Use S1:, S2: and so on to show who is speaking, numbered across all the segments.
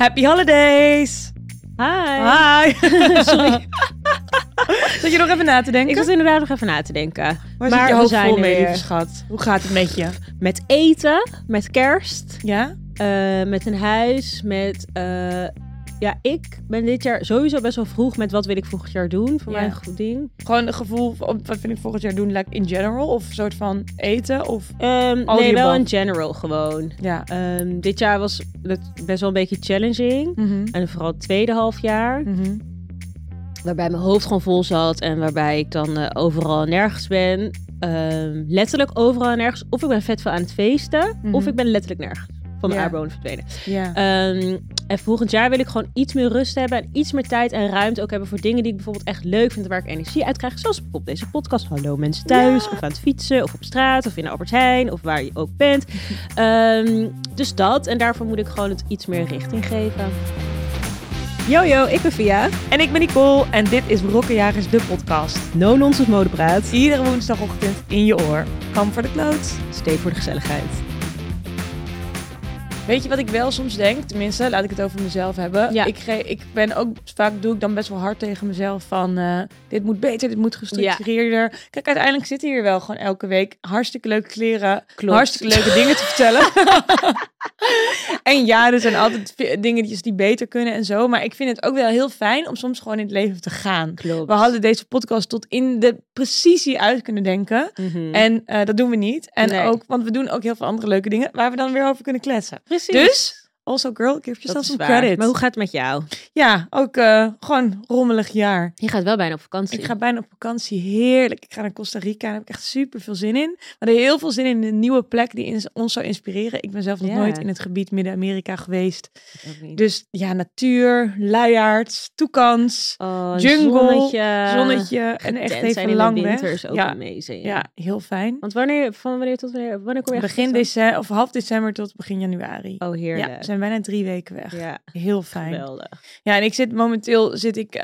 S1: Happy holidays!
S2: Hi!
S1: Sorry. Zat je nog even na te denken?
S2: Ik zat inderdaad nog even na te denken.
S1: Waar zit je hoofd vol mee, lieve schat? Hoe gaat het met je?
S2: Met eten, met kerst,
S1: Ja?
S2: met een huis, met... ik ben dit jaar sowieso best wel vroeg met wat wil ik volgend jaar doen. Voor mij een goed ding.
S1: Gewoon een gevoel van wat vind ik volgend jaar doen, like in general? Of een soort van eten? Of
S2: nee, wel in general gewoon.
S1: Ja.
S2: Dit jaar was het best wel een beetje challenging.
S1: Mm-hmm.
S2: En vooral het tweede halfjaar.
S1: Mm-hmm.
S2: Waarbij mijn hoofd gewoon vol zat. En waarbij ik dan overal en nergens ben. Letterlijk overal en nergens. Of ik ben vet veel aan het feesten.
S1: Mm-hmm.
S2: Of ik ben letterlijk nergens van de aardbodem verdwenen.
S1: Ja.
S2: En volgend jaar wil ik gewoon iets meer rust hebben. En iets meer tijd en ruimte ook hebben voor dingen die ik bijvoorbeeld echt leuk vind. Waar ik energie uit krijg. Zoals bijvoorbeeld deze podcast. Hallo mensen thuis. Ja. Of aan het fietsen. Of op straat. Of in de Albert Heijn. Of waar je ook bent. Dus dat. En daarvoor moet ik gewoon het iets meer richting geven.
S1: Yo, ik ben Via. En ik ben Nicole. En dit is Rokkenjagers, de podcast.
S2: No nonsense modepraat.
S1: Iedere woensdagochtend in je oor. Kam voor de kloot.
S2: Steek voor de gezelligheid.
S1: Weet je wat ik wel soms denk? Tenminste, laat ik het over mezelf hebben.
S2: Ja.
S1: Ik ben ook, vaak doe ik dan best wel hard tegen mezelf van... dit moet beter, dit moet gestructureerder. Ja. Kijk, uiteindelijk zitten hier wel gewoon elke week hartstikke leuke kleren.
S2: Klopt.
S1: Hartstikke leuke dingen te vertellen. En ja, er zijn altijd dingetjes die beter kunnen en zo. Maar ik vind het ook wel heel fijn om soms gewoon in het leven te gaan.
S2: Klopt.
S1: We hadden deze podcast tot in de precisie uit kunnen denken.
S2: Mm-hmm.
S1: En dat doen we niet. En
S2: nee.
S1: ook, want we doen ook heel veel andere leuke dingen waar we dan weer over kunnen kletsen.
S2: Precies.
S1: Dus, also girl, give yourself some credit.
S2: Maar hoe gaat het met jou?
S1: Ja, ook gewoon rommelig jaar.
S2: Je gaat wel bijna op vakantie.
S1: Ik ga bijna op vakantie. Heerlijk. Ik ga naar Costa Rica. Daar heb ik echt super veel zin in. We hadden heel veel zin in een nieuwe plek die ons zou inspireren. Ik ben zelf nog nooit in het gebied Midden-Amerika geweest. Dus ja, natuur, luiaards, toekans, jungle, zonnetje en echt even lang weg.
S2: Winter is ook amazing.
S1: Ja, heel fijn.
S2: Want wanneer tot wanneer kom je?
S1: Begin december of half december tot begin januari.
S2: Oh, heerlijk.
S1: Ja, we zijn bijna 3 weken weg.
S2: Ja,
S1: heel fijn.
S2: Geweldig.
S1: Ja, en ik zit momenteel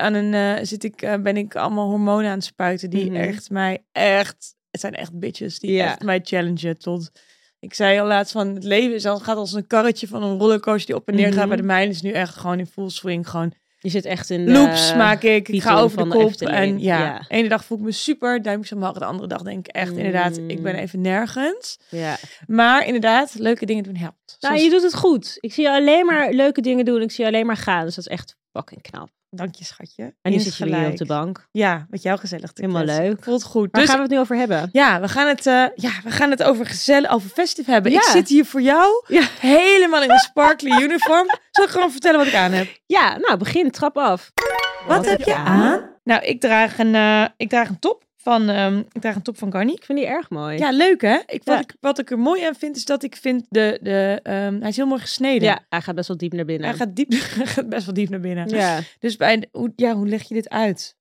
S1: ben ik allemaal hormonen aan het spuiten die het zijn echt bitches die echt mij challengen tot. Ik zei al laatst van het leven gaat als een karretje van een rollercoaster die op en neer gaat, maar de mijne is nu echt gewoon in full swing gewoon.
S2: Je zit echt in
S1: loops maak ik. Ik ga over de kop en
S2: de
S1: ene dag voel ik me super, duimpjes omhoog, de andere dag denk ik echt inderdaad, ik ben even nergens.
S2: Ja.
S1: Maar inderdaad, leuke dingen doen helpt.
S2: Nou, je doet het goed. Ik zie je alleen maar leuke dingen doen. Ik zie je alleen maar gaan. Dus dat is echt fucking knap.
S1: Dank je, schatje.
S2: En nu zit je weer op de bank.
S1: Ja, met jou gezellig te
S2: helemaal
S1: kletsen.
S2: leuk.
S1: Voelt goed.
S2: Waar gaan we het nu over hebben?
S1: Ja, we gaan het over gezellig, over festive hebben.
S2: Ja.
S1: Ik zit hier voor jou, helemaal in een sparkly uniform. Zal ik gewoon vertellen wat ik aan heb?
S2: Ja, nou begin, trap af.
S1: Wat heb je aan? Nou, ik draag een top van Garni.
S2: Ik vind die erg mooi.
S1: Ja, leuk hè? Wat ik er mooi aan vind, is dat ik vind hij is heel mooi gesneden.
S2: Ja, hij gaat best wel diep naar binnen.
S1: Hij gaat best wel diep naar binnen.
S2: Ja.
S1: Dus hoe leg je dit uit?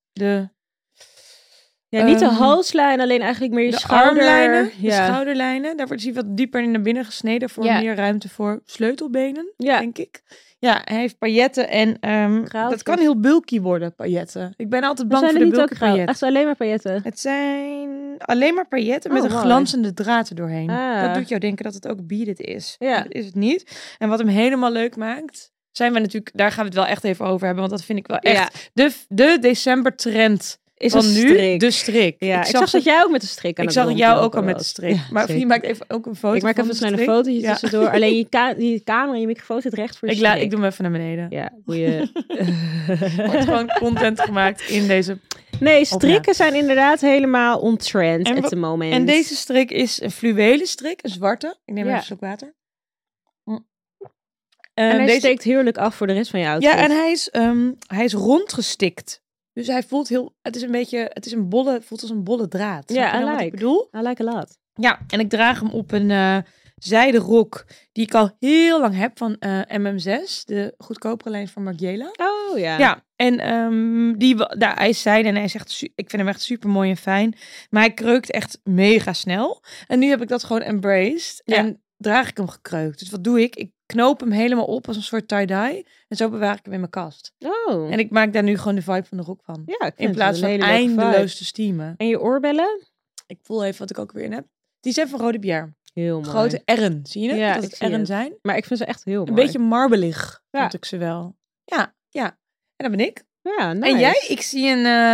S2: Niet de halslijn, alleen eigenlijk meer je
S1: de
S2: schouderlijnen.
S1: De schouderlijnen. Daar wordt hij wat dieper naar binnen gesneden voor meer ruimte voor sleutelbenen, denk ik. Ja, hij heeft pailletten en dat kan heel bulky worden, pailletten. Ik ben altijd bang voor de bulky pailletten.
S2: Echt alleen maar pailletten?
S1: Het zijn alleen maar pailletten met een glanzende draad er doorheen. Dat doet jou denken dat het ook beaded is.
S2: Ja.
S1: Dat is het niet. En wat hem helemaal leuk maakt, zijn we natuurlijk, daar gaan we het wel echt even over hebben, want dat vind ik wel echt de december trend.
S2: Is
S1: van
S2: een
S1: nu
S2: strik.
S1: de strik.
S2: Ja, ik zag dat jij ook met de strik aan
S1: het
S2: het
S1: Ik zag jou ook al met de strik. Ja, maar je maakt even ook een foto.
S2: Ik maak even snel een fotootje tussendoor. Alleen je camera en je microfoon zit recht voor je strik.
S1: Ik doe hem even naar beneden.
S2: Ja, boeien.
S1: Wordt gewoon content gemaakt in deze...
S2: Nee, strikken zijn inderdaad helemaal on trend at the moment.
S1: En deze strik is een fluwelen strik, een zwarte. Ik neem even een slok water.
S2: En hij steekt heerlijk af voor de rest van je outfit.
S1: Ja, en hij is rondgestikt. Dus hij voelt voelt als een bolle draad.
S2: Ja,
S1: wat ik bedoel?
S2: I like a lot.
S1: Ja, en ik draag hem op een zijden rok die ik al heel lang heb van MM6, de goedkopere lijn van Margiela.
S2: Oh ja.
S1: Ja, en hij is zijde en hij is echt, ik vind hem echt super mooi en fijn. Maar hij kreukt echt mega snel. En nu heb ik dat gewoon embraced en draag ik hem gekreukt. Dus wat doe ik? Ik knoop hem helemaal op als een soort tie-dye. En zo bewaar ik hem in mijn kast.
S2: Oh.
S1: En ik maak daar nu gewoon de vibe van de rok van.
S2: Ja,
S1: in plaats van eindeloos te steamen.
S2: En je oorbellen?
S1: Ik voel even wat ik ook weer in heb. Die zijn van Rode Bière.
S2: Heel mooi.
S1: Grote R'en, zie je het?
S2: Ja,
S1: dat het R'en zijn.
S2: Maar ik vind ze echt heel mooi.
S1: Een beetje marbelig, vond ik ze wel. Ja. En dat ben ik.
S2: Ja, nice.
S1: En jij? Ik zie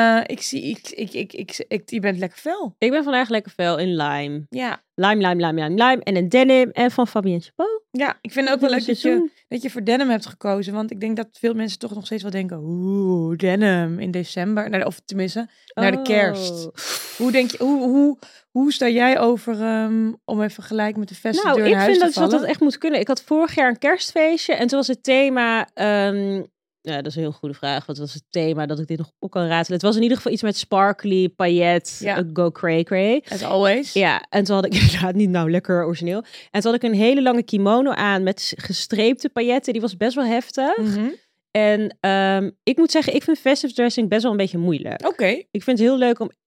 S1: je bent lekker fel.
S2: Ik ben vandaag lekker fel in lime.
S1: Ja.
S2: Lime. En een denim. En van Fabien Chabot.
S1: Ja, ik vind het ook wel leuk dat je voor denim hebt gekozen. Want ik denk dat veel mensen toch nog steeds wel denken... Oeh, denim in december. Of tenminste, naar de kerst. Hoe denk je... Hoe sta jij over om even gelijk met de verse deur naar huis te vallen?
S2: Ik vind dat echt moet kunnen. Ik had vorig jaar een kerstfeestje. En toen was het thema... ja, dat is een heel goede vraag. Wat was het thema dat ik dit nog op kan ratelen? Het was in ieder geval iets met sparkly, paillet, go cray.
S1: As always.
S2: Ja, en toen had ik inderdaad niet lekker origineel. En toen had ik een hele lange kimono aan met gestreepte pailletten. Die was best wel heftig.
S1: Mm-hmm.
S2: En ik moet zeggen, ik vind festive dressing best wel een beetje moeilijk.
S1: Oké.
S2: Ik vind het heel leuk om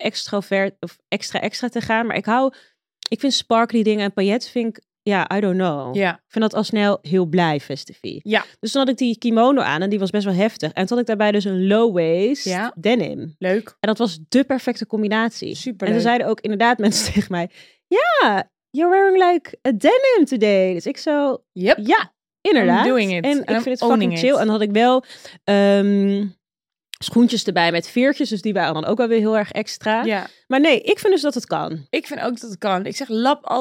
S2: extra te gaan. Maar ik vind sparkly dingen en pailletten vind ik... Ja, I don't know.
S1: Ja.
S2: Ik vind dat al snel heel blij festivie.
S1: Ja.
S2: Dus toen had ik die kimono aan en die was best wel heftig. En toen had ik daarbij dus een low waist denim.
S1: Leuk.
S2: En dat was de perfecte combinatie.
S1: Super.
S2: En toen zeiden ook inderdaad mensen tegen mij... Ja, you're wearing like a denim today. Dus ik zo...
S1: Yep.
S2: Ja, inderdaad.
S1: I'm doing it.
S2: En ik vind het fucking chill. En dan had ik wel... schoentjes erbij met veertjes, dus die waren dan ook wel weer heel erg extra.
S1: Ja.
S2: Maar nee, ik vind dus dat het kan.
S1: Ik vind ook dat het kan. Ik zeg, lap al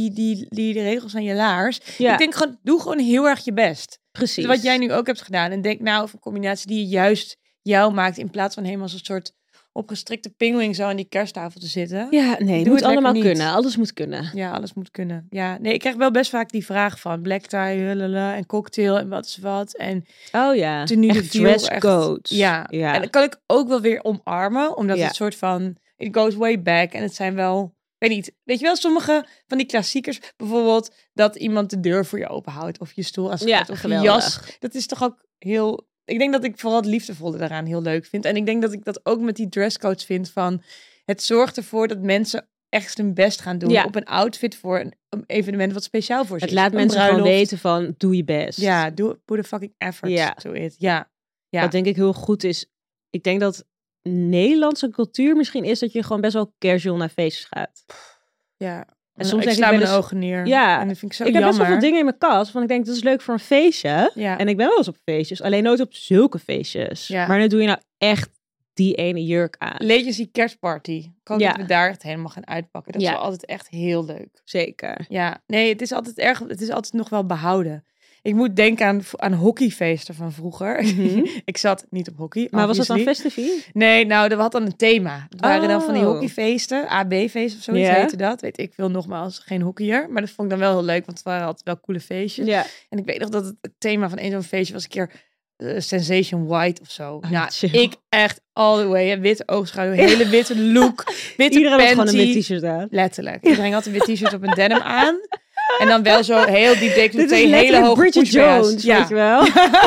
S1: die regels aan je laars.
S2: Ja.
S1: Ik denk gewoon, doe gewoon heel erg je best.
S2: Precies.
S1: Dus wat jij nu ook hebt gedaan. En denk nou over een combinatie die juist jou maakt, in plaats van helemaal zo'n soort opgestrikte pinguïn zo aan die kersttafel te zitten.
S2: Ja, nee, het moet allemaal kunnen. Alles moet kunnen.
S1: Ja, alles moet kunnen. Ja, nee, ik krijg wel best vaak die vraag van black tie, en cocktail en wat is wat. En
S2: oh ja,
S1: echt
S2: dresscodes.
S1: Ja, en dat kan ik ook wel weer omarmen, omdat het soort van, it goes way back. En het zijn wel, weet niet, weet je wel, sommige van die klassiekers, bijvoorbeeld dat iemand de deur voor je openhoudt of je stoel aanschuift of je jas. Dat is toch ook heel... Ik denk dat ik vooral het liefdevolle daaraan heel leuk vind. En ik denk dat ik dat ook met die dresscodes vind van... Het zorgt ervoor dat mensen echt hun best gaan doen op een outfit voor een evenement wat speciaal voor ze is.
S2: Het laat mensen gewoon weten van, doe je best.
S1: Ja, put a fucking effort to it. Ja.
S2: Wat denk ik heel goed is. Ik denk dat Nederlandse cultuur misschien is dat je gewoon best wel casual naar feestjes gaat.
S1: Ja.
S2: En soms
S1: ik sla mijn ogen neer.
S2: Ja,
S1: en dat vind ik zo
S2: heb best wel veel dingen in mijn kast. Want ik denk, dat is leuk voor een feestje.
S1: Ja.
S2: En ik ben wel eens op feestjes. Alleen nooit op zulke feestjes.
S1: Ja.
S2: Maar dan doe je nou echt die ene jurk aan.
S1: Legacy kerstparty. Ik hoop dat we daar het helemaal gaan uitpakken. Dat is wel altijd echt heel leuk.
S2: Zeker.
S1: Ja, nee, het is altijd nog wel behouden. Ik moet denken aan hockeyfeesten van vroeger.
S2: Mm-hmm.
S1: Ik zat niet op hockey.
S2: Maar was dat dan festivie?
S1: Nee, nou, dat had dan een thema. Het waren dan van die hockeyfeesten, AB-feesten of zoiets heette dat. Weet ik veel, nogmaals, geen hockeyer. Maar dat vond ik dan wel heel leuk, want het waren altijd wel coole feestjes.
S2: Ja.
S1: En ik weet nog dat het thema van een zo'n feestje was een keer Sensation White of zo.
S2: Oh,
S1: nou, ik echt all the way. Witte oogschaduw, hele witte look, witte
S2: iedereen
S1: panty.
S2: had gewoon een wit t-shirt aan.
S1: Letterlijk. Iedereen had een wit t-shirt op een denim aan. En dan wel zo heel die decolleté, hele hoge
S2: Bridget Jones,
S1: ja.
S2: weet je wel.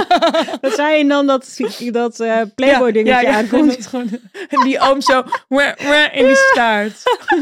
S2: Dat zei je dan dat Playboy dingetje aankomt.
S1: En die oom zo in die staart.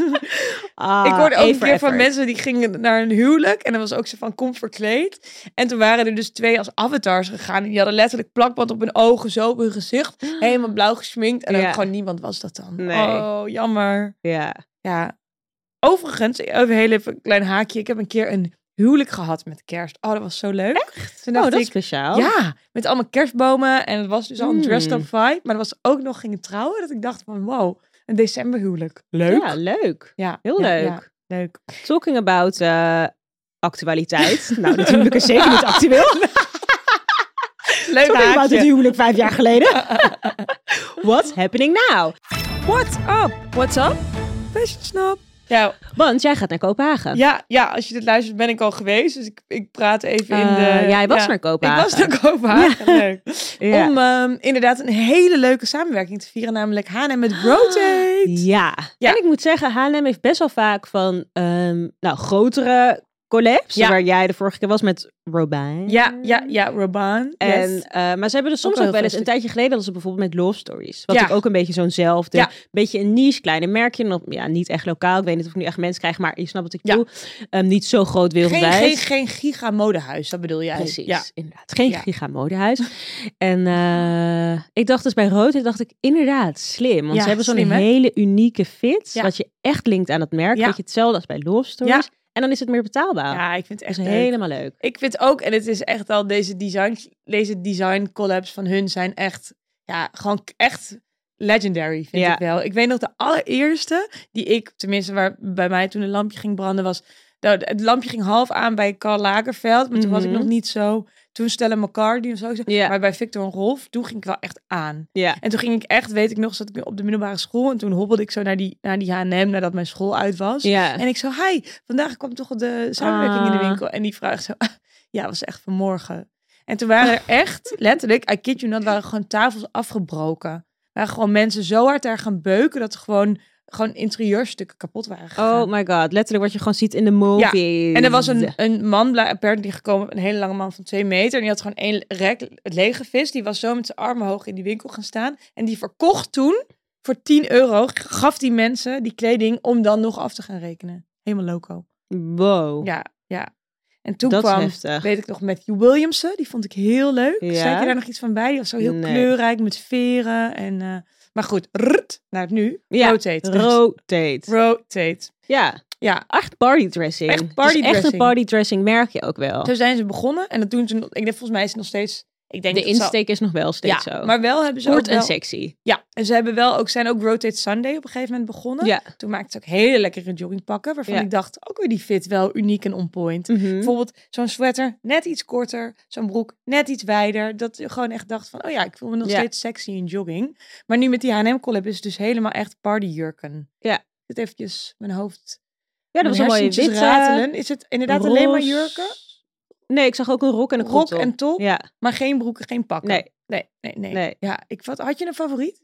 S1: Ik hoorde ook een keer van mensen die gingen naar een huwelijk. En dan was ook zo van kom verkleed. En toen waren er dus 2 als avatars gegaan. En die hadden letterlijk plakband op hun ogen, zo op hun gezicht. Helemaal blauw geschminkt. En dan gewoon niemand was dat dan.
S2: Nee.
S1: Oh, jammer.
S2: Ja.
S1: Overigens, even een heel even klein haakje. Ik heb een keer een huwelijk gehad met kerst. Oh, dat was zo leuk.
S2: Echt? Toen dacht dat is speciaal.
S1: Ja, met allemaal kerstbomen. En het was dus al een dressed up vibe. Maar er was ook nog gingen trouwen. Dat ik dacht van wow, een decemberhuwelijk. Leuk.
S2: Ja, leuk.
S1: Ja,
S2: heel leuk.
S1: Ja, leuk.
S2: Talking about actualiteit. Nou, dat huwelijk is zeker niet actueel.
S1: Leuk
S2: Talking about het huwelijk 5 jaar geleden. What's happening now?
S1: What's up? Fashion Snap. Ja,
S2: want jij gaat naar Kopenhagen.
S1: Ja, als je dit luistert ben ik al geweest. Dus ik praat even in de...
S2: Jij was naar Kopenhagen.
S1: Ik was naar Kopenhagen, leuk. Ja. Om inderdaad een hele leuke samenwerking te vieren. Namelijk H&M met Rotate.
S2: Ja, en ik moet zeggen, H&M heeft best wel vaak van grotere collabs. Ja. Waar jij de vorige keer was met Robin.
S1: Ja, Robin.
S2: En, maar ze hebben er soms ook wel eens een tijdje geleden dat ze bijvoorbeeld met Love Stories. Wat ik ook een beetje zo'nzelfde, beetje een niche, kleine merkje. Nog, niet echt lokaal. Ik weet niet of ik nu echt mensen krijg, maar je snapt wat ik bedoel. Niet zo groot wereldwijd.
S1: Geen giga modehuis, dat bedoel jij.
S2: Precies, inderdaad. Geen giga modehuis. En ik dacht dus bij Rood, dacht ik inderdaad slim. Want ze hebben zo'n hele unieke fit. Wat je echt linkt aan het merk. Weet je, hetzelfde als bij Love Stories. En dan is het meer betaalbaar.
S1: Ja, ik vind het echt
S2: helemaal leuk.
S1: Ik vind ook, en het is echt al, deze design collabs van hun zijn echt, gewoon echt legendary, vind ik wel. Ik weet nog de allereerste die ik, tenminste waar bij mij toen een lampje ging branden was, het lampje ging half aan bij Karl Lagerfeld, maar toen was ik nog niet zo. Toen Stella McCartney of zo. Maar bij Victor en Rolf, toen ging ik wel echt aan.
S2: Ja.
S1: En toen ging ik echt, weet ik nog, zat ik op de middelbare school. En toen hobbelde ik zo naar die H&M, nadat mijn school uit was.
S2: Ja.
S1: En ik zo, hi, vandaag kwam toch de samenwerking in de winkel. En die vraag zo, was echt vanmorgen. En toen waren er echt, letterlijk, I kid you not, waren gewoon tafels afgebroken. Er waren gewoon mensen zo hard daar gaan beuken, dat gewoon interieurstukken kapot waren gegaan.
S2: Oh my god, letterlijk wat je gewoon ziet in de movies.
S1: Ja. En er was een man apparently gekomen, een hele lange man van 2 meter. En die had gewoon 1 rek leeggevist. Die was zo met zijn armen hoog in die winkel gaan staan. En die verkocht toen voor €10, gaf die mensen die kleding om dan nog af te gaan rekenen. Helemaal loco.
S2: Wow.
S1: Ja. En toen kwam, weet ik nog, Matthew Williamson. Die vond ik heel leuk.
S2: Ja.
S1: Zei je daar nog iets van bij? Die was zo heel kleurrijk met veren en... Maar goed, naar het nu. Rotate.
S2: Ja, echt partydressing.
S1: Echt partydressing.
S2: Echt een partydressing merk je ook wel.
S3: Zo
S1: zijn ze begonnen. En dat doen ze, ik denk, volgens mij is het nog steeds...
S2: De insteek is nog wel steeds zo.
S1: Maar wel hebben ze
S2: kort
S1: ook
S2: en sexy.
S1: Ja, en ze hebben wel ook, zijn ook Rotate Sunday op een gegeven moment begonnen. Ja. Toen maakten ze ook hele lekkere joggingpakken, waarvan ik dacht, ook weer die fit wel uniek en on point. Bijvoorbeeld zo'n sweater net iets korter, zo'n broek net iets wijder. Dat je gewoon echt dacht van, ik voel me nog steeds sexy in jogging. Maar nu met die H&M collab is het dus helemaal echt partyjurken.
S2: Ja.
S1: Ik zit eventjes mijn hoofd...
S2: Ja, dat was een mooie witte.
S1: Ratelen. Is het inderdaad alleen maar jurken?
S2: Nee, ik zag ook een rok en een
S1: rok en top, maar geen broeken, geen pakken.
S2: Nee.
S1: Ja, had je een favoriet?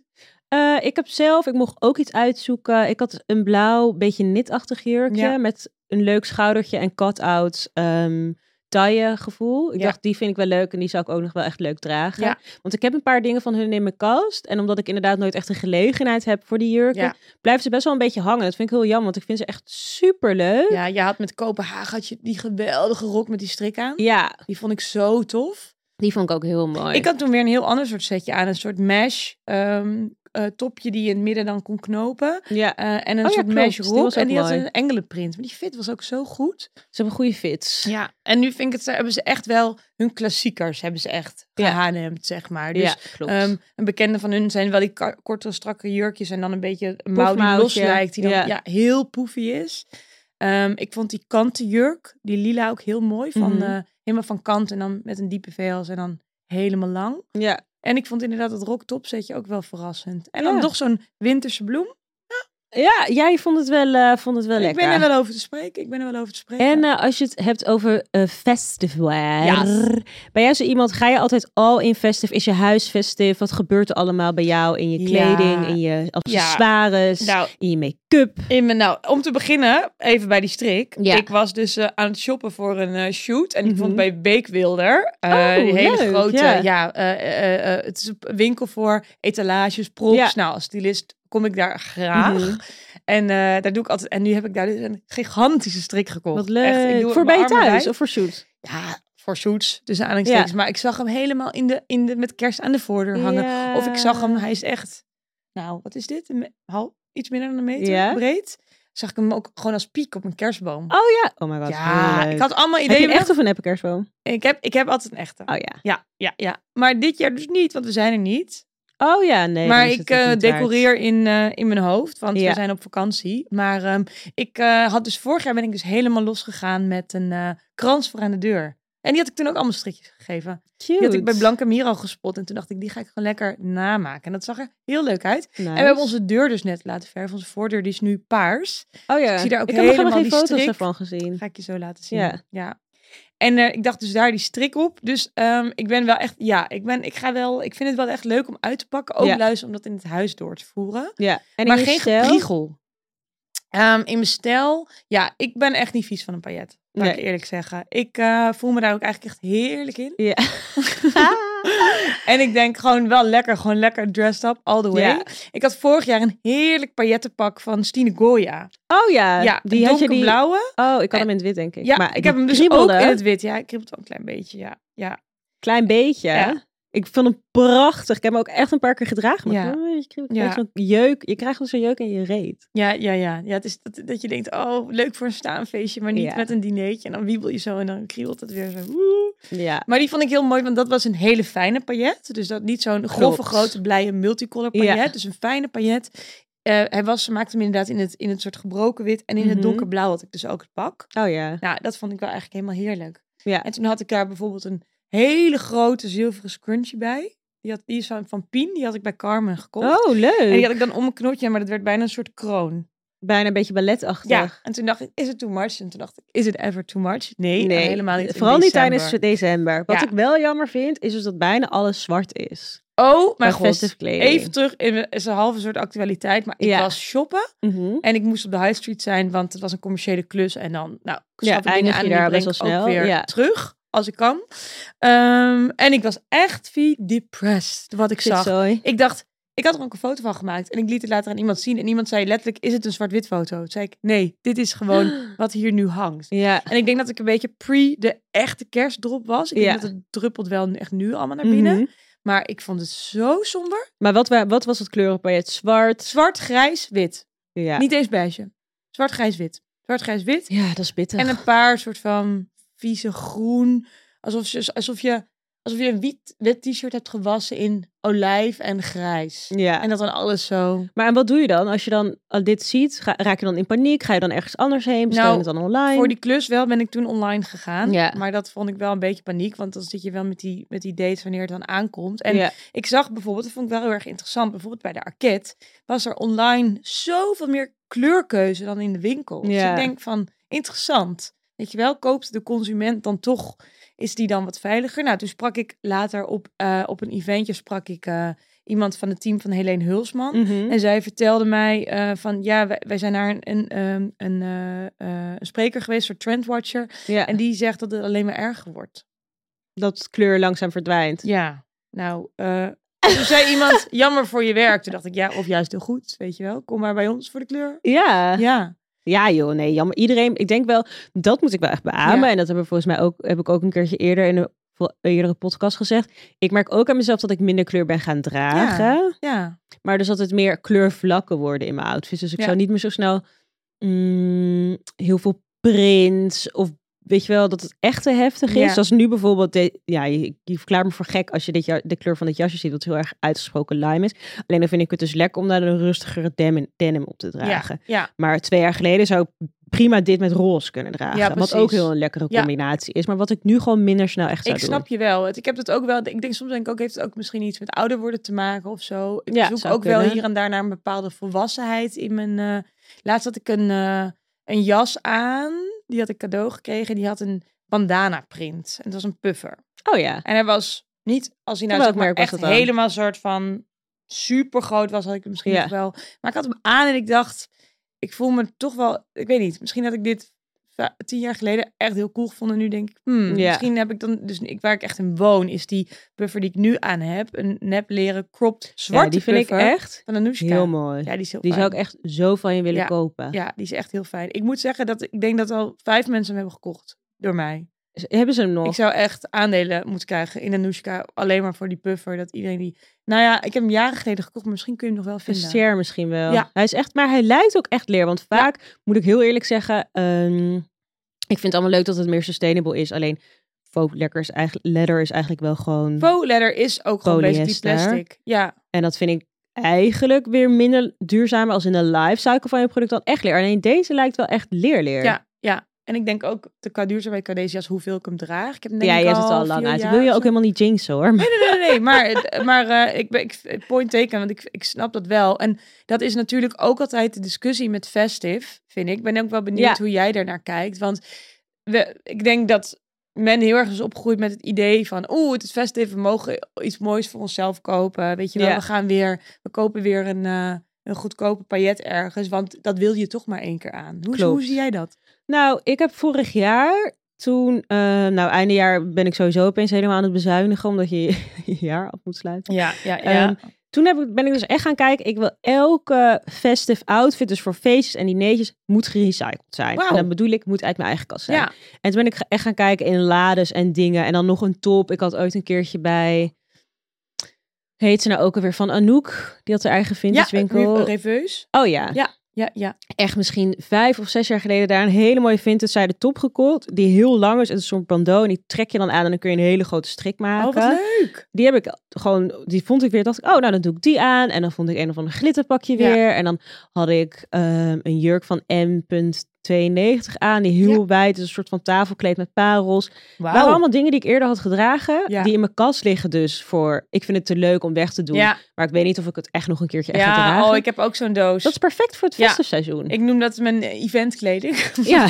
S2: Ik mocht ook iets uitzoeken. Ik had een blauw, beetje knitachtig jurkje met een leuk schoudertje en cut-out taille gevoel. Ik dacht, die vind ik wel leuk en die zou ik ook nog wel echt leuk dragen. Ja. Want ik heb een paar dingen van hun in mijn kast. En omdat ik inderdaad nooit echt een gelegenheid heb voor die jurken, blijven ze best wel een beetje hangen. Dat vind ik heel jammer, want ik vind ze echt super leuk.
S1: Ja, je had met Kopenhagen had je die geweldige rok met die strik aan.
S2: Ja.
S1: Die vond ik zo tof.
S2: Die vond ik ook heel mooi.
S1: Ik had toen weer een heel ander soort setje aan. Een soort mesh topje die je in het midden dan kon knopen. Ja. En een soort mesh rok. En die had een engelenprint. Maar die fit was ook zo goed.
S2: Ze hebben goede fits.
S1: Ja. En nu vind ik hebben ze echt wel hun klassiekers hebben ze echt gehanemd, zeg maar. Dus
S2: klopt.
S1: Een bekende van hun zijn wel die korte, strakke jurkjes en dan een beetje een mouw die los lijkt. Die dan heel poefy is. Ik vond die kanten jurk, die lila ook heel mooi. Helemaal van kant en dan met een diepe vels en dan helemaal lang. Ja. En ik vond inderdaad het rock-topsetje ook wel verrassend. En dan toch zo'n winterse bloem.
S2: Ja, jij vond het wel lekker.
S1: Ik ben er wel over te spreken.
S2: En als je het hebt over festival. Ben jij zo iemand, ga je altijd all in festive? Is je huis festive? Wat gebeurt er allemaal bij jou in je kleding, in je accessoires, in je make-up?
S1: Om te beginnen, even bij die strik. Ja. Ik was dus aan het shoppen voor een shoot. En ik vond bij Beekwilder die hele grote... het is een winkel voor etalages, props. Ja. Nou, als stylist kom ik daar graag. En daar doe ik altijd. En nu heb ik daar dus een gigantische strik gekocht.
S2: Wat leuk. Echt, voor bij je thuis of voor shoots?
S1: Ja, voor shoots. Dus aanhalingstekens. Maar ik zag hem helemaal in de met kerst aan de voordeur hangen. Ja. Of ik zag hem. Hij is echt. Nou, wat is dit? Iets minder dan een meter breed. Zag ik hem ook gewoon als piek op een kerstboom.
S2: Oh ja. Oh my god.
S1: Ja, ik had allemaal ideeën.
S2: Heb je een echte of een neppe kerstboom?
S1: Ik heb altijd een echte.
S2: Oh ja.
S1: Ja. Maar dit jaar dus niet, want we zijn er niet.
S2: Oh ja, nee.
S1: Maar ik decoreer in mijn hoofd, want we zijn op vakantie. Maar had dus vorig jaar ben ik dus helemaal losgegaan met een krans voor aan de deur. En die had ik toen ook allemaal strikjes gegeven.
S2: Cute.
S1: Die had ik bij Blanca Miro gespot. En toen dacht ik, die ga ik gewoon lekker namaken. En dat zag er heel leuk uit. Nice. En we hebben onze deur dus net laten verven. Onze voordeur die is nu paars.
S2: Oh ja,
S1: ik zie daar ook
S2: ik heb nog geen foto's ervan gezien.
S1: Ga ik je zo laten zien. Ja. En ik dacht dus daar die strik op. Dus ik ben wel echt, ik vind het wel echt leuk om uit te pakken. Ook luisteren om dat in het huis door te voeren.
S2: Ja. En
S1: maar geen gepriegel. In mijn stijl, ik ben echt niet vies van een paillet. Laat ik eerlijk zeggen. Ik voel me daar ook eigenlijk echt heerlijk in.
S2: Ja.
S1: En ik denk gewoon lekker dressed up all the way. Ja. Ik had vorig jaar een heerlijk paillettenpak van Stine Goya.
S2: Oh ja.
S1: Ja, die donkerblauwe.
S2: Oh, ik had hem in het wit, denk ik.
S1: Ja,
S2: maar
S1: ik heb hem dus ook in het wit. Ja, ik kriebelt wel een klein beetje, ja.
S2: Klein beetje?
S1: Ja.
S2: Ik vond hem prachtig. Ik heb hem ook echt een paar keer gedragen. Maar je krijgt zo'n jeuk. Je krijgt zo'n jeuk in je reet.
S1: Ja. Het is dat je denkt, oh, leuk voor een staanfeestje, maar niet met een dinertje. En dan wiebel je zo en dan kriebelt het weer zo. Woe. Ja. Maar die vond ik heel mooi, want dat was een hele fijne paillet. Dus dat niet zo'n grove, grote, blije multicolor paillet. Ja. Dus een fijne paillet. Ze maakte hem inderdaad in het soort gebroken wit. En in het donkerblauw had ik dus ook het pak.
S2: Oh ja.
S1: Nou, dat vond ik wel eigenlijk helemaal heerlijk.
S2: Ja.
S1: En toen had ik daar bijvoorbeeld een hele grote zilveren scrunchie bij. Die is van Pien. Die had ik bij Carmen gekocht.
S2: Oh, leuk. En
S1: die had ik dan om een knotje, maar dat werd bijna een soort kroon.
S2: Bijna een beetje balletachtig.
S1: Ja, en toen dacht ik, is het too much? En toen dacht ik, is het ever too much? Nee, helemaal niet.
S2: Vooral niet tijdens december. Wat ik wel jammer vind, is dus dat bijna alles zwart is.
S1: Oh mijn god, even terug in een halve soort actualiteit. Maar ik was shoppen en ik moest op de high street zijn, want het was een commerciële klus. En dan,
S2: eindig je daar best wel snel.
S1: Ook weer terug, als ik kan. En ik was echt depressed, wat ik zag.
S2: Sorry.
S1: Ik dacht, ik had er ook een foto van gemaakt en ik liet het later aan iemand zien. En iemand zei letterlijk, is het een zwart-wit foto? Toen zei ik, nee, dit is gewoon wat hier nu hangt. Ja. En ik denk dat ik een beetje de echte kerstdrop was. Ik denk dat het druppelt wel echt nu allemaal naar binnen. Maar ik vond het zo somber.
S2: Maar wat was het kleurenpalet?
S1: Zwart, grijs, wit. Ja. Niet eens beige. Zwart, grijs, wit. Zwart, grijs, wit.
S2: Ja, dat is pittig.
S1: En een paar soort van vieze groen. Alsof je een wit t-shirt hebt gewassen in olijf en grijs. Ja. En dat dan alles zo.
S2: Maar en wat doe je dan? Als je dan dit ziet, raak je dan in paniek? Ga je dan ergens anders heen? Bestel je het dan online?
S1: Voor die klus wel ben ik toen online gegaan. Ja. Maar dat vond ik wel een beetje paniek. Want dan zit je wel met die dates wanneer het dan aankomt. En ik zag bijvoorbeeld, dat vond ik wel heel erg interessant. Bijvoorbeeld bij de Arket was er online zoveel meer kleurkeuze dan in de winkel. Ja. Dus ik denk van, interessant. Weet je wel, koopt de consument dan toch... Is die dan wat veiliger? Nou, toen sprak ik later op een eventje iemand van het team van Helene Hulsman. En zij vertelde mij wij zijn naar een spreker geweest, een trendwatcher. Ja. En die zegt dat het alleen maar erger wordt.
S2: Dat kleur langzaam verdwijnt.
S1: Ja, nou... Toen zei iemand, jammer voor je werk. Toen dacht ik, of juist heel goed, weet je wel. Kom maar bij ons voor de kleur.
S2: Ja. Ja joh, nee, jammer. Iedereen, ik denk wel, dat moet ik wel echt beamen. Ja. En dat hebben we volgens mij heb ik ook een keertje eerder in een eerdere podcast gezegd. Ik merk ook aan mezelf dat ik minder kleur ben gaan dragen. Ja. Maar dus dat het meer kleurvlakken worden in mijn outfits. Dus ik zou niet meer zo snel heel veel prints of weet je wel, dat het echt te heftig is. Ja. Zoals nu bijvoorbeeld, je verklaart me voor gek als je de kleur van dit jasje ziet, wat heel erg uitgesproken lime is. Alleen dan vind ik het dus lekker om daar een rustigere denim op te dragen. Ja. Maar 2 jaar geleden zou ik prima dit met roze kunnen dragen. Wat ook heel een lekkere combinatie is. Maar wat ik nu gewoon minder snel echt zou doen.
S1: Ik snap je wel. Ik heb het ook wel. Ik denk soms heeft het ook misschien iets met ouder worden te maken of zo. Ik zoek ook wel hier en daar naar een bepaalde volwassenheid in mijn... Laatst had ik een jas aan. Die had ik cadeau gekregen. Die had een bandana print. En het was een puffer.
S2: Oh ja.
S1: En hij was niet, als hij nou zeg maar echt helemaal soort van super groot was, had ik het misschien nog wel. Maar ik had hem aan en ik dacht, ik voel me toch wel, ik weet niet. Misschien had ik dit 10 jaar geleden echt heel cool gevonden. Nu denk ik, misschien heb ik dan, dus waar ik echt in woon, is die puffer die ik nu aan heb. Een nep leren cropped zwarte
S2: die vind
S1: puffer
S2: ik echt
S1: van Anoushka.
S2: Heel mooi.
S1: Ja, die is heel
S2: die
S1: fijn.
S2: Zou ik echt zo van je willen kopen.
S1: Ja, die is echt heel fijn. Ik moet zeggen dat ik denk dat al 5 mensen hem hebben gekocht door mij.
S2: Hebben ze hem nog?
S1: Ik zou echt aandelen moeten krijgen in Anoushka. Alleen maar voor die puffer. Dat iedereen die... Nou ja, ik heb hem jaren geleden gekocht. Maar misschien kun je hem nog wel vinden.
S2: Een share misschien wel. Ja. Hij is echt... Maar hij lijkt ook echt leer. Want vaak, moet ik heel eerlijk zeggen... ik vind het allemaal leuk dat het meer sustainable is. Alleen faux leather is eigenlijk wel gewoon...
S1: Faux leather is ook gewoon basically plastic. Ja.
S2: En dat vind ik eigenlijk weer minder duurzamer als in de lifecycle van je product dan echt leer. Alleen deze lijkt wel echt leer.
S1: Ja. En ik denk ook, qua duurzaamheid qua deze jas, hoeveel ik hem draag. Ik heb hem
S2: je hebt het al lang uit. Ik wil je ook helemaal niet jinxen hoor.
S1: Nee. Maar ik point taken, want ik snap dat wel. En dat is natuurlijk ook altijd de discussie met Festive, vind ik. Ik ben ook wel benieuwd hoe jij daarnaar kijkt. Want ik denk dat men heel erg is opgegroeid met het idee van... het is Festive, we mogen iets moois voor onszelf kopen. Weet je wel, we kopen weer een goedkope paillet ergens. Want dat wil je toch maar 1 keer aan. Hoe zie jij dat?
S2: Nou, ik heb vorig jaar, toen, einde jaar ben ik sowieso opeens helemaal aan het bezuinigen, omdat je je jaar af moet sluiten.
S1: Ja.
S2: Toen ben ik dus echt gaan kijken, ik wil elke festive outfit, dus voor feestjes en dineetjes, moet gerecycled zijn. Wow. En dan bedoel ik, moet uit mijn eigen kast zijn. Ja. En toen ben ik echt gaan kijken in lades en dingen. En dan nog een top. Ik had ooit een keertje bij Heet ze nou ook alweer van Anouk? Die had haar eigen vintage winkel.
S1: Reveus.
S2: Oh ja.
S1: Ja.
S2: Echt misschien 5 of 6 jaar geleden daar een hele mooie vintage zijde top gekocht. Die heel lang is. Het is een soort bandeau. En die trek je dan aan en dan kun je een hele grote strik maken.
S1: Oh, wat leuk.
S2: Die heb ik gewoon, die vond ik weer, dacht ik, oh, nou dan doe ik die aan. En dan vond ik een of ander glitterpakje weer. En dan had ik een jurk van M.92 aan. Die heel wijd is, een soort van tafelkleed met parels.
S1: Wow.
S2: Waren allemaal dingen die ik eerder had gedragen.
S1: Ja.
S2: Die in mijn kast liggen dus voor, ik vind het te leuk om weg te doen.
S1: Ja.
S2: Maar ik weet niet of ik het echt nog een keertje echt ga dragen.
S1: Oh, ik heb ook zo'n doos.
S2: Dat is perfect voor het festivseizoen.
S1: Ik noem dat mijn eventkleding.
S2: Ja.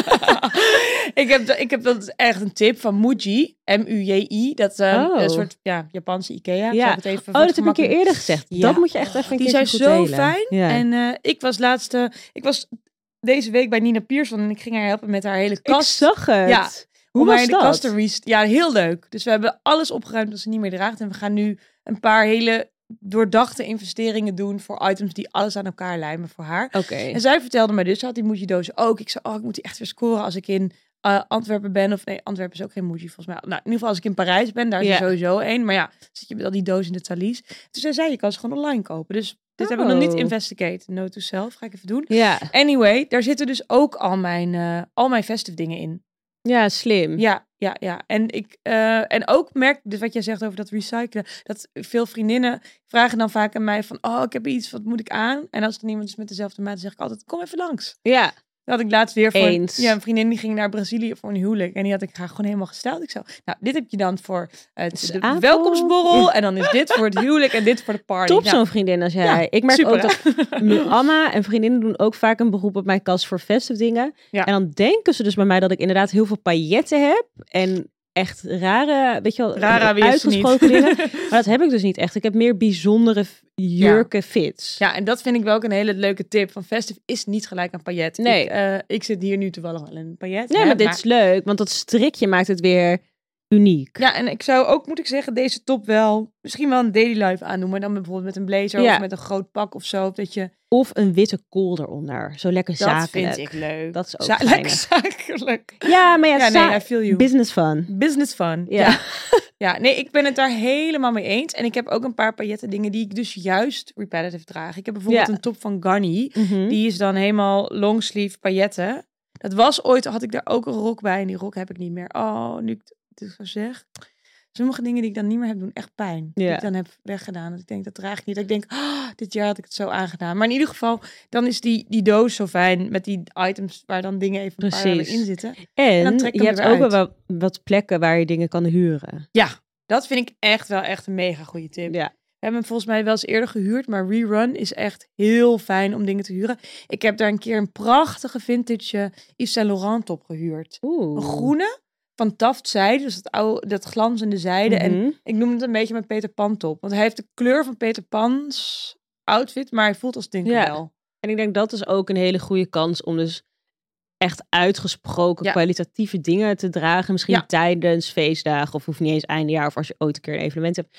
S1: ik heb dat echt een tip van Muji. M-U-J-I. Dat een soort Japanse Ikea.
S2: Ja.
S1: Het even
S2: dat heb ik je eerder gezegd.
S1: Ja.
S2: Dat moet je echt even een
S1: die
S2: keer
S1: zijn zo
S2: delen.
S1: fijn.
S2: Ja.
S1: En ik was deze week bij Nina Pierson en ik ging haar helpen met haar hele kast.
S2: Ik zag het.
S1: Ja.
S2: Hoe was dat?
S1: Ja, heel leuk. Dus we hebben alles opgeruimd dat ze niet meer draagt. En we gaan nu een paar hele doordachte investeringen doen voor items die alles aan elkaar lijmen voor haar.
S2: Oké.
S1: En zij vertelde me dus, ze had die Muji-doos ook. Ik zei, ik moet die echt weer scoren als ik in Antwerpen ben. Of nee, Antwerpen is ook geen Muji volgens mij. Nou, in ieder geval als ik in Parijs ben, daar is er sowieso één. Maar ja, zit je met al die doos in de talies. Dus zij zei, je kan ze gewoon online kopen. Dus dit heb ik nog niet investigate. Note to self, ga ik even doen.
S2: Ja.
S1: Anyway, daar zitten dus ook al mijn festive dingen in.
S2: Ja, slim.
S1: Ja. En ook merk, dus wat jij zegt over dat recyclen, dat veel vriendinnen vragen dan vaak aan mij van, ik heb iets, wat moet ik aan? En als er niemand is met dezelfde maat, dan zeg ik altijd, kom even langs.
S2: Ja.
S1: Dat had ik laatst weer voor
S2: een
S1: vriendin die ging naar Brazilië voor een huwelijk. En die had ik haar gewoon helemaal gesteld. Ik zo, nou, dit heb je dan voor de welkomstborrel. Ja. En dan is dit voor het huwelijk en dit voor de party.
S2: Top zo'n vriendin als jij. Ja, ik merk super, ook dat Anna en vriendinnen doen ook vaak een beroep op mijn kast voor festive dingen. Ja. En dan denken ze dus bij mij dat ik inderdaad heel veel pailletten heb. En echt rare, weet je wel, uitgesproken dingen. Maar dat heb ik dus niet echt. Ik heb meer bijzondere jurken fits.
S1: Ja, en dat vind ik wel ook een hele leuke tip. Van festive is niet gelijk aan paillet.
S2: Nee.
S1: Ik zit hier nu toevallig wel in een paillet.
S2: Nee, maar dit is leuk. Want dat strikje maakt het weer uniek.
S1: Ja, en ik zou ook, moet ik zeggen, deze top wel misschien wel een daily life aandoen. Maar dan bijvoorbeeld met een blazer of met een groot pak of zo. Dat je...
S2: Of een witte kool eronder. Zo lekker zakelijk.
S1: Dat vind ik leuk.
S2: Dat is ook
S1: lekker zakelijk.
S2: Ja, maar I
S1: feel you.
S2: Business fun.
S1: Business fun. Ja, nee, ik ben het daar helemaal mee eens. En ik heb ook een paar pailletten dingen die ik dus juist repetitive draag. Ik heb bijvoorbeeld een top van Garni. Mm-hmm. Die is dan helemaal longsleeve pailletten. Dat was ooit, had ik daar ook een rok bij. En die rok heb ik niet meer. Oh, nu ik dit zo zeg. Sommige dingen die ik dan niet meer heb, doen echt pijn. Die ik dan heb weggedaan. Dat ik denk, dat draag ik niet. Dat ik denk, dit jaar had ik het zo aangedaan. Maar in ieder geval, dan is die doos zo fijn. Met die items waar dan dingen even een paar in zitten.
S2: En dan je hebt ook wel wat plekken waar je dingen kan huren.
S1: Ja, dat vind ik echt wel echt een mega goede tip.
S2: Ja.
S1: We hebben hem volgens mij wel eens eerder gehuurd. Maar Rerun is echt heel fijn om dingen te huren. Ik heb daar een keer een prachtige vintage Yves Saint Laurent top gehuurd. Een groene. Van Taft zijde, dus dat glanzende zijde. Mm-hmm. En ik noem het een beetje mijn Peter Pan top. Want hij heeft de kleur van Peter Pan's outfit, maar hij voelt als Tinkerbell.
S2: En ik denk dat is ook een hele goede kans om dus echt uitgesproken kwalitatieve dingen te dragen. Misschien tijdens feestdagen of hoeft niet eens eindejaar of als je ooit een keer een evenement hebt.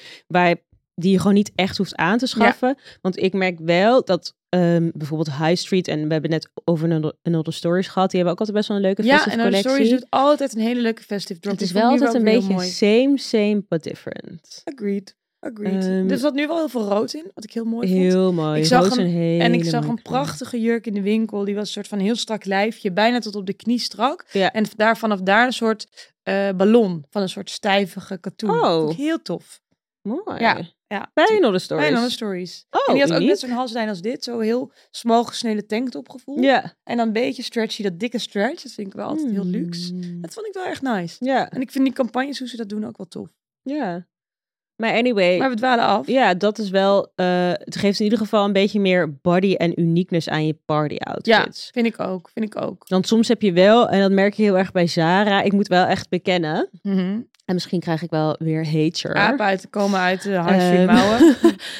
S2: Die je gewoon niet echt hoeft aan te schaffen. Ja. Want ik merk wel dat bijvoorbeeld High Street, en we hebben net over Another Stories gehad, die hebben ook altijd best wel een leuke festive collectie. Ja, en
S1: Stories doet altijd een hele leuke festive drop.
S2: Het is wel altijd een beetje same but different.
S1: Agreed. Er zat nu wel heel veel rood in, wat ik heel mooi vond.
S2: Heel mooi.
S1: Ik zag een prachtige jurk in de winkel. Die was een soort van heel strak lijfje, bijna tot op de knie strak. Ja. En vanaf daar een soort ballon van een soort stijvige katoen.
S2: Oh.
S1: Heel tof.
S2: Mooi.
S1: Ja.
S2: Bij Another Stories.
S1: Bij Another Stories. En die had ook net zo'n halslijn als dit. Zo heel smal gesneden tanktop gevoel.
S2: Ja.
S1: En dan een beetje stretchy, dat dikke stretch. Dat vind ik wel altijd heel luxe. Dat vond ik wel echt nice.
S2: Ja.
S1: En ik vind die campagnes, hoe ze dat doen, ook wel tof.
S2: Ja. Maar anyway.
S1: Maar we dwalen af.
S2: Ja, dat is wel... het geeft in ieder geval een beetje meer body en uniqueness aan je party outfits.
S1: Ja, vind ik ook.
S2: Want soms heb je wel, en dat merk je heel erg bij Zara. Ik moet wel echt bekennen...
S1: Mm-hmm.
S2: En misschien krijg ik wel weer hater.
S1: Apen komen uit de High Street mouwen.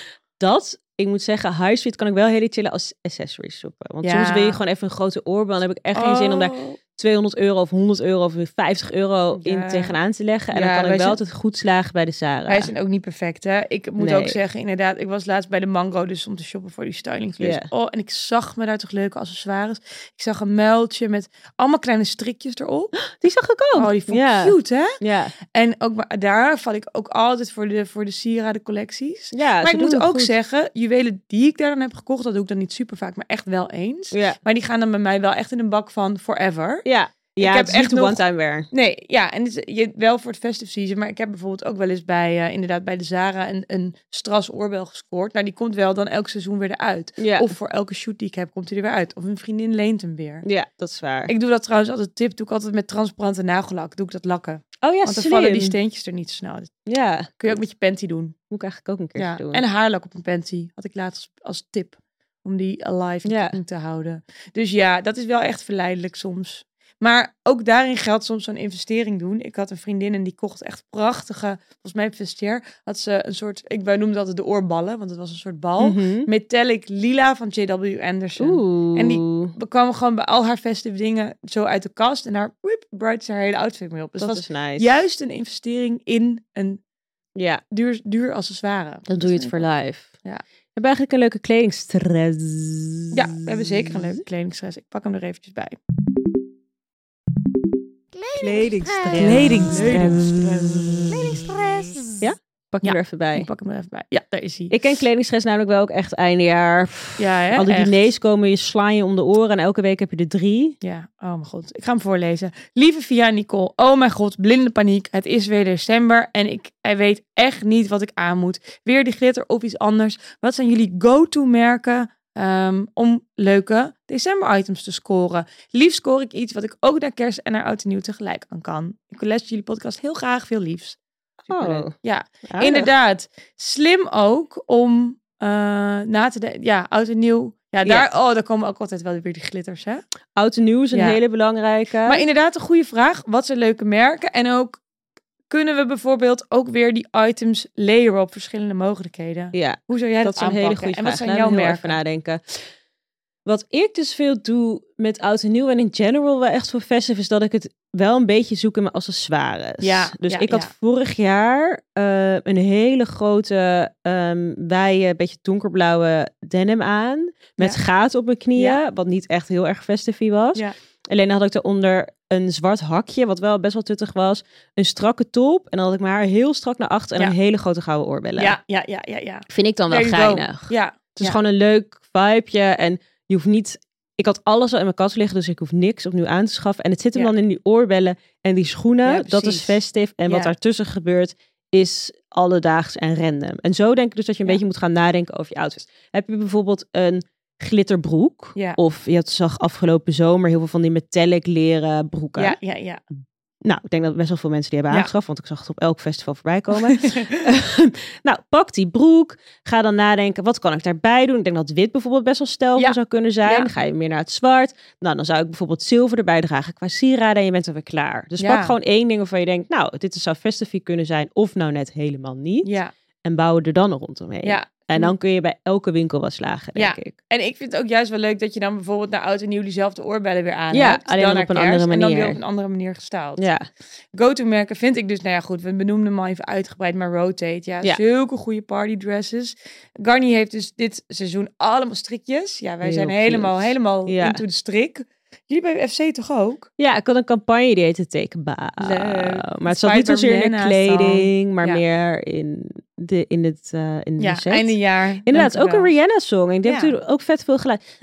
S2: Ik moet zeggen, High Street kan ik wel hele chillen als accessories shoppen. Want soms wil je gewoon even een grote oorbel. Dan heb ik echt geen zin om daar €200 of €100 of €50 in tegenaan te leggen. En dan kan ik wel altijd goed slagen bij de Zara.
S1: Wij zijn ook niet perfect, hè. Ik moet ook zeggen, inderdaad, ik was laatst bij de Mango dus om te shoppen voor die stylingklus. Yeah. Oh, en ik zag me daar toch leuke accessoires. Ik zag een muiltje met allemaal kleine strikjes erop.
S2: Die zag ik ook.
S1: Oh, die vond ik cute, hè?
S2: Ja.
S1: En ook daar val ik ook altijd voor de sieradencollecties.
S2: Ja,
S1: maar ik moet ook zeggen, juwelen die ik daar dan heb gekocht, dat doe ik dan niet super vaak, maar echt wel eens. Ja. Maar die gaan dan bij mij wel echt in een bak van forever.
S2: Ja. Ja, ik heb echt niet one-time wear.
S1: Nee, ja, en wel voor het festive season. Maar ik heb bijvoorbeeld ook wel eens bij de Zara een strass oorbel gescoord. Nou, die komt wel dan elk seizoen weer eruit. Ja. Of voor elke shoot die ik heb, komt hij er weer uit. Of een vriendin leent hem weer.
S2: Ja, dat is waar.
S1: Ik doe dat trouwens altijd, doe ik altijd met transparante nagellak. Doe ik dat lakken.
S2: Oh ja,
S1: want dan vallen die steentjes er niet zo snel.
S2: Ja.
S1: Kun je ook met je panty doen.
S2: Moet ik eigenlijk ook een keer doen.
S1: En haarlak op een panty. Had ik laatst als tip. Om die alive te houden. Dus ja, dat is wel echt verleidelijk soms. Maar ook daarin geldt soms zo'n investering doen. Ik had een vriendin en die kocht echt prachtige, volgens mij vestiaire, had ze een soort, wij noemden dat de oorballen, want het was een soort bal. Metallic lila van J.W. Anderson.
S2: Oeh.
S1: En die kwam gewoon bij al haar festive dingen zo uit de kast en daar bright ze haar hele outfit mee op. Dus
S2: dat is nice.
S1: Juist een investering in een duur accessoire.
S2: Dan doe je het voor life.
S1: Ja.
S2: We hebben eigenlijk een leuke kledingstress.
S1: Ja, we hebben zeker een leuke kledingstress. Ik pak hem er eventjes bij.
S2: Kledingstress. Ja? Pak hem er even bij.
S1: Ik pak hem er even bij. Ja, daar is hij.
S2: Ik ken kledingstress namelijk wel ook echt eindejaar.
S1: Ja, hè?
S2: Al die diners komen, je slaan je om de oren en elke week heb je er 3.
S1: Ja, oh mijn god. Ik ga hem voorlezen. Lieve Via Nicole, oh mijn god, blinde paniek. Het is weer december en hij weet echt niet wat ik aan moet. Weer die glitter of iets anders. Wat zijn jullie go-to merken om leuke december-items te scoren? Liefst score ik iets wat ik ook naar kerst en naar oud en nieuw tegelijk aan kan. Ik luister jullie podcast heel graag. Veel liefs.
S2: Oh.
S1: Ja, inderdaad. Slim ook om na te denken. Ja, oud en nieuw. Ja, daar komen ook altijd wel weer die glitters, hè?
S2: Oud en nieuw is een hele belangrijke.
S1: Maar inderdaad, een goede vraag. Wat zijn leuke merken? En ook, kunnen we bijvoorbeeld ook weer die items layeren op verschillende mogelijkheden?
S2: Ja.
S1: Hoe zou jij dat aanpakken?
S2: Een hele goede vraag.
S1: En wat zijn jouw merken?
S2: Even nadenken. Wat ik dus veel doe met oud en nieuw en in general wel echt voor festive is dat ik het wel een beetje zoek in mijn accessoires.
S1: Ja,
S2: dus ik had vorig jaar een hele grote wijde, beetje donkerblauwe denim aan. Met gaten op mijn knieën, wat niet echt heel erg festive was. Ja. Alleen had ik daaronder een zwart hakje, wat wel best wel tuttig was. Een strakke top. En dan had ik mijn haar heel strak naar achter en een hele grote gouden oorbellen.
S1: Ja.
S2: Vind ik dan wel geinig.
S1: Ja.
S2: Het is gewoon een leuk vibeje en je hoeft niet... Ik had alles al in mijn kast liggen, dus ik hoef niks opnieuw aan te schaffen. En het zit hem dan in die oorbellen en die schoenen. Ja, dat is festive. En wat daartussen gebeurt, is alledaags en random. En zo denk ik dus dat je een beetje moet gaan nadenken over je outfit. Heb je bijvoorbeeld een glitterbroek? Ja. Of je zag afgelopen zomer heel veel van die metallic leren broeken.
S1: Ja.
S2: Nou, ik denk dat best wel veel mensen die hebben aangeschaft, want ik zag het op elk festival voorbij komen. Nou, pak die broek. Ga dan nadenken, wat kan ik daarbij doen? Ik denk dat wit bijvoorbeeld best wel stijlvol zou kunnen zijn. Ja. Dan ga je meer naar het zwart. Nou, dan zou ik bijvoorbeeld zilver erbij dragen qua sieraden en je bent er weer klaar. Dus pak gewoon één ding waarvan je denkt, nou, dit zou festive kunnen zijn of nou net helemaal niet. Ja. En bouw er dan rondomheen. Ja. En dan kun je bij elke winkel wel slagen, denk ik.
S1: En ik vind het ook juist wel leuk dat je dan bijvoorbeeld naar oud en nieuw diezelfde oorbellen weer aan
S2: hebt.
S1: Ja,
S2: alleen dan op een andere manier.
S1: En dan weer op een andere manier gestyled.
S2: Ja.
S1: Go-to-merken vind ik dus, nou ja goed, we benoemden hem al even uitgebreid, maar Rotate. Ja, zulke goede partydresses. Garnier heeft dus dit seizoen allemaal strikjes. Ja, wij zijn helemaal into de strik. Jullie bij FC toch ook?
S2: Ja, ik had een campagne die heette Tekenbouw. Maar het zat niet zozeer in de kleding, maar meer in het
S1: einde jaar.
S2: Inderdaad, ook een Rihanna-song. Ik denk natuurlijk ook vet veel geluid.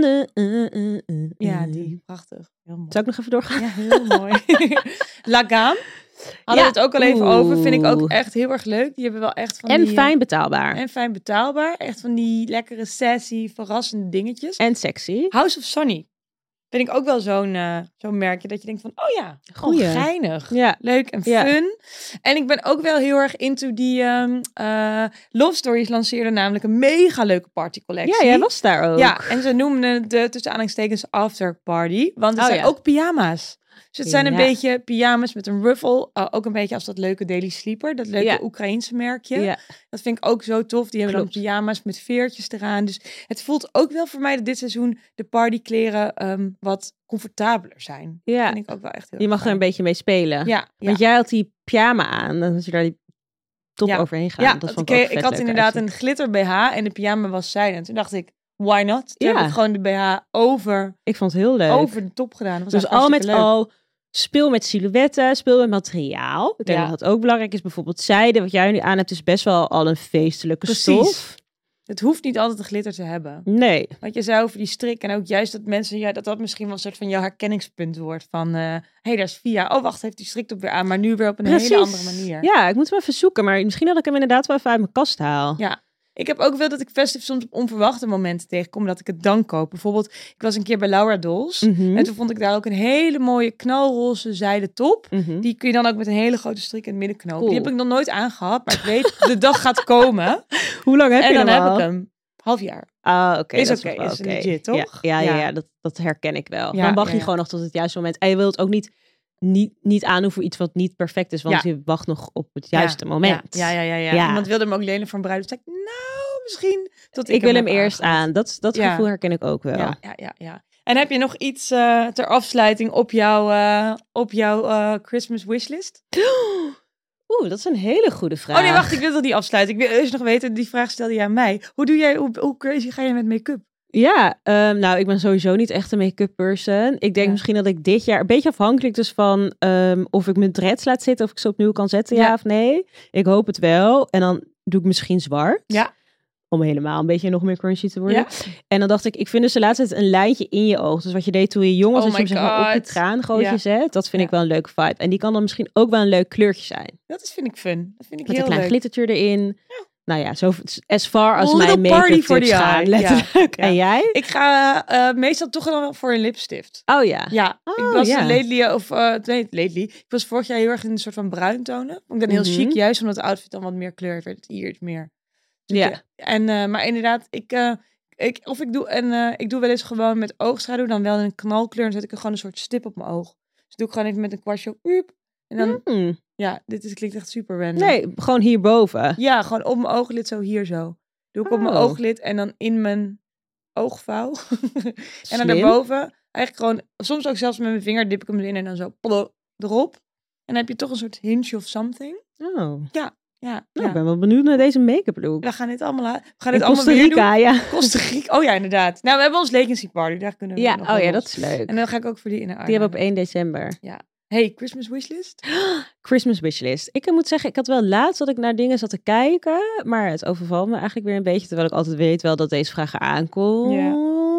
S1: Ja, die. Prachtig. Heel mooi.
S2: Zou ik nog even doorgaan?
S1: Ja, heel mooi. La Gamme. Hadden we het ook al even over. Vind ik ook echt heel erg leuk. Die hebben wel echt van
S2: fijn betaalbaar.
S1: En fijn betaalbaar. Echt van die lekkere, sassy, verrassende dingetjes.
S2: En sexy.
S1: House of Sunny. Vind ik ook wel zo'n merkje dat je denkt van, oh ja, gewoon geinig. Ja. Leuk en fun. Ja. En ik ben ook wel heel erg into die Love Stories lanceerde namelijk een mega leuke partycollectie.
S2: Ja, jij was daar ook.
S1: Ja, en ze noemden de tussen aanhalingstekens after party, want er zijn ook pyjama's. Dus het zijn een beetje pyjama's met een ruffle. Ook een beetje als dat leuke Daily Sleeper. Dat leuke Oekraïense merkje. Ja. Dat vind ik ook zo tof. Die hebben dan pyjama's met veertjes eraan. Dus het voelt ook wel voor mij dat dit seizoen de partykleren wat comfortabeler zijn. Ja. Dat vind ik ook wel echt heel
S2: Je mag er een beetje mee spelen.
S1: Ja.
S2: Want jij had die pyjama aan. Dan had je daar die top overheen gaan.
S1: Ja,
S2: dat vond ik
S1: had inderdaad een glitter BH en de pyjama was zijde. En toen dacht ik, why not? Toen heb ik gewoon de BH over.
S2: Ik vond het heel leuk.
S1: Over de top gedaan.
S2: Dus al met al, speel met silhouetten, speel met materiaal. Ik denk dat dat ook belangrijk is. Bijvoorbeeld zijde, wat jij nu aan hebt, is best wel al een feestelijke stof.
S1: Het hoeft niet altijd een glitter te hebben.
S2: Nee.
S1: Want je zei over die strik en ook juist dat mensen, dat misschien wel een soort van jouw herkenningspunt wordt. Van, hé, daar is Via. Oh, wacht, heeft die striktop weer aan, maar nu weer op een hele andere manier.
S2: Ja, ik moet hem even zoeken, maar misschien dat ik hem inderdaad wel even uit mijn kast haal.
S1: Ja. Ik heb ook wel dat ik festive soms op onverwachte momenten tegenkom dat ik het dan koop. Bijvoorbeeld, ik was een keer bij Laura Dolls. En toen vond ik daar ook een hele mooie knalroze zijde top. Die kun je dan ook met een hele grote strik in het midden knopen. Cool. Die heb ik nog nooit aangehad, maar ik weet, de dag gaat komen.
S2: Hoe lang heb je hem al?
S1: En dan heb ik hem. Half jaar.
S2: Oké.
S1: Is oké. Is legit, toch?
S2: Ja, dat herken ik wel. Dan wacht je gewoon nog tot het juiste moment. En je wilt ook niet aandoen voor iets wat niet perfect is, want je wacht nog op het juiste moment.
S1: Ja. Iemand wilde hem ook lenen voor een bruiloft. Nou, misschien.
S2: Ik wil hem eerst aan. Dat gevoel herken ik ook wel.
S1: Ja. En heb je nog iets ter afsluiting op jouw Christmas wishlist?
S2: Dat is een hele goede vraag.
S1: Oh nee, wacht, ik wil dat niet afsluiten. Ik wil eerst nog weten, die vraag stelde je aan mij. Hoe crazy ga je met make-up?
S2: Ja, nou, ik ben sowieso niet echt een make-up person. Ik denk misschien dat ik dit jaar, een beetje afhankelijk dus van of ik mijn dreads laat zitten, of ik ze opnieuw kan zetten, ja of nee. Ik hoop het wel. En dan doe ik misschien zwart. Ja. Om helemaal een beetje nog meer crunchy te worden. Ja. En dan dacht ik vind dus de laatste tijd een lijntje in je oog. Dus wat je deed toen je jong was, dat je hem zeg maar op je traangootje zet. Dat vind ik wel een leuke vibe. En die kan dan misschien ook wel een leuk kleurtje zijn.
S1: Vind ik fun. Dat vind ik
S2: met
S1: heel
S2: een klein
S1: leuk.
S2: glittertje erin. Ja. Nou ja, zo as far as mijn make-up tips gaan. Letterlijk. Ja. En jij?
S1: Ik ga meestal toch wel voor een lipstift.
S2: Oh ja.
S1: Ja. Ik was lately. Ik was vorig jaar heel erg in een soort van bruintonen. Ik ben heel chic, juist omdat de outfit dan wat meer kleur werd. Hier iets meer. Ja. En maar inderdaad, ik doe wel eens gewoon met oogschaduw dan wel in een knalkleur en zet ik er gewoon een soort stip op mijn oog. Dus doe ik gewoon even met een kwastje op. En dan klinkt echt super random.
S2: Nee, gewoon hierboven.
S1: Ja, gewoon op mijn ooglid zo hier zo. Doe ik op mijn ooglid en dan in mijn oogvouw. En dan daarboven eigenlijk gewoon, soms ook zelfs met mijn vinger dip ik hem erin en dan zo erop. En dan heb je toch een soort hint of something.
S2: Oh.
S1: Ja.
S2: Ik ben wel benieuwd naar deze make-up look.
S1: We gaan dit allemaal
S2: Costa Rica,
S1: ja. Costa Rica. Oh ja, inderdaad. Nou, we hebben ons Legacy Party. Daar kunnen we nog
S2: ja, dat is leuk.
S1: En dan ga ik ook voor die in de
S2: Die hebben we op 1 december.
S1: Ja. Hey, Christmas wishlist?
S2: Christmas wishlist. Ik moet zeggen, ik had wel laatst dat ik naar dingen zat te kijken, maar het overvalt me eigenlijk weer een beetje, terwijl ik altijd weet wel dat deze vraag aankomt. Ja.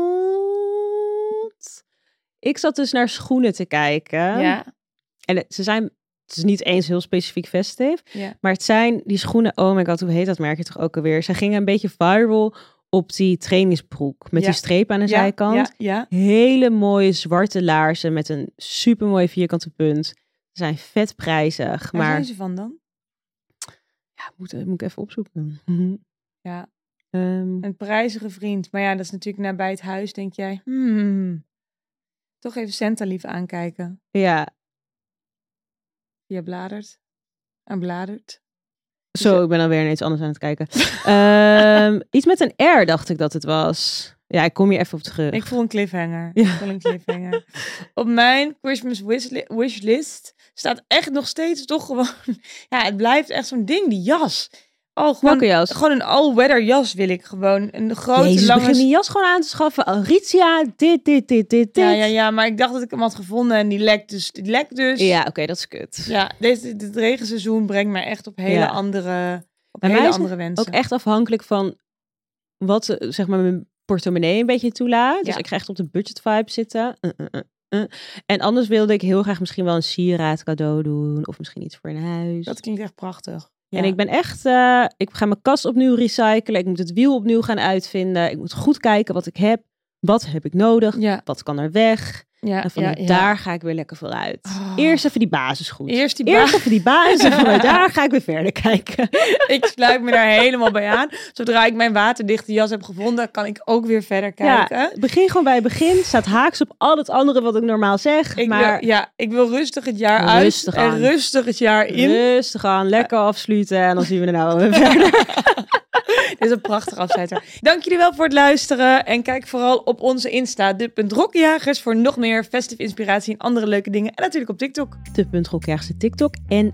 S2: Ik zat dus naar schoenen te kijken. Ja. En het is niet eens heel specifiek festive. Yeah. Maar het zijn die schoenen, oh my god, hoe heet dat merkje toch ook alweer? Ze gingen een beetje viral op die trainingsbroek. Met die streep aan de zijkant. Ja. Hele mooie zwarte laarzen met een super mooie vierkante punt. Ze zijn vet prijzig.
S1: Waar zijn ze van dan?
S2: Ja, moet ik even opzoeken.
S1: Ja, een prijzige vriend. Maar ja, dat is natuurlijk nabij het huis, denk jij. Toch even Centalief aankijken.
S2: Ja.
S1: Je bladert. En bladert.
S2: Zo, ik ben alweer naar iets anders aan het kijken. Iets met een R dacht ik dat het was. Ja, ik kom hier even op terug.
S1: Ik voel een cliffhanger. Ja. Op mijn Christmas wishlist staat echt nog steeds toch gewoon... Ja, het blijft echt zo'n ding, die jas. Oh, gewoon een all-weather jas wil ik gewoon. Een grote, lange...
S2: begin die jas gewoon aan te schaffen. Aritzia, dit.
S1: Ja, maar ik dacht dat ik hem had gevonden en die lekt dus.
S2: Ja, oké, dat is kut.
S1: Ja, dit regenseizoen brengt mij echt op hele andere wensen.
S2: Ook echt afhankelijk van wat, zeg maar, mijn portemonnee een beetje toelaat. Dus ik ga echt op de budget vibe zitten. En anders wilde ik heel graag misschien wel een sieraad cadeau doen. Of misschien iets voor in huis.
S1: Dat klinkt echt prachtig.
S2: Ja. En ik ben echt, ik ga mijn kast opnieuw recyclen. Ik moet het wiel opnieuw gaan uitvinden. Ik moet goed kijken wat ik heb. Wat heb ik nodig? Ja. Wat kan er weg? En daar ga ik weer lekker vooruit. Eerst even die basis goed.
S1: Eerst even
S2: die basis en vanuit daar ga ik weer verder kijken.
S1: Ik sluit me daar helemaal bij aan. Zodra ik mijn waterdichte jas heb gevonden, kan ik ook weer verder kijken.
S2: Ja, begin gewoon bij het begin. Staat haaks op al het andere wat ik normaal zeg.
S1: Ik wil rustig het jaar uit en rustig het jaar in.
S2: Rustig aan, lekker afsluiten en dan zien we er nou weer verder.
S1: Dit is een prachtige afsluiter. Dank jullie wel voor het luisteren. En kijk vooral op onze Insta, de.rokkenjagers, voor nog meer festive inspiratie en andere leuke dingen. En natuurlijk op TikTok.
S2: De.rokkenjagers TikTok. En.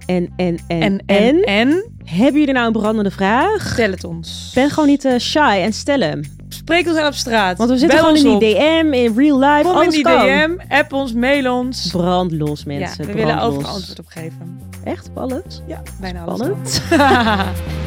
S1: Hebben
S2: jullie nou een brandende vraag?
S1: Stel het ons.
S2: Ben gewoon niet shy en stel hem.
S1: Spreek ons aan op straat.
S2: Want we zitten gewoon in die DM, in real life.
S1: Kom
S2: alles
S1: in die
S2: kan.
S1: DM, app ons, mail ons.
S2: Brandlos, mensen.
S1: Ja, we willen overal antwoord op geven.
S2: Echt? Op alles?
S1: Ja, bijna
S2: Spannend.
S1: alles.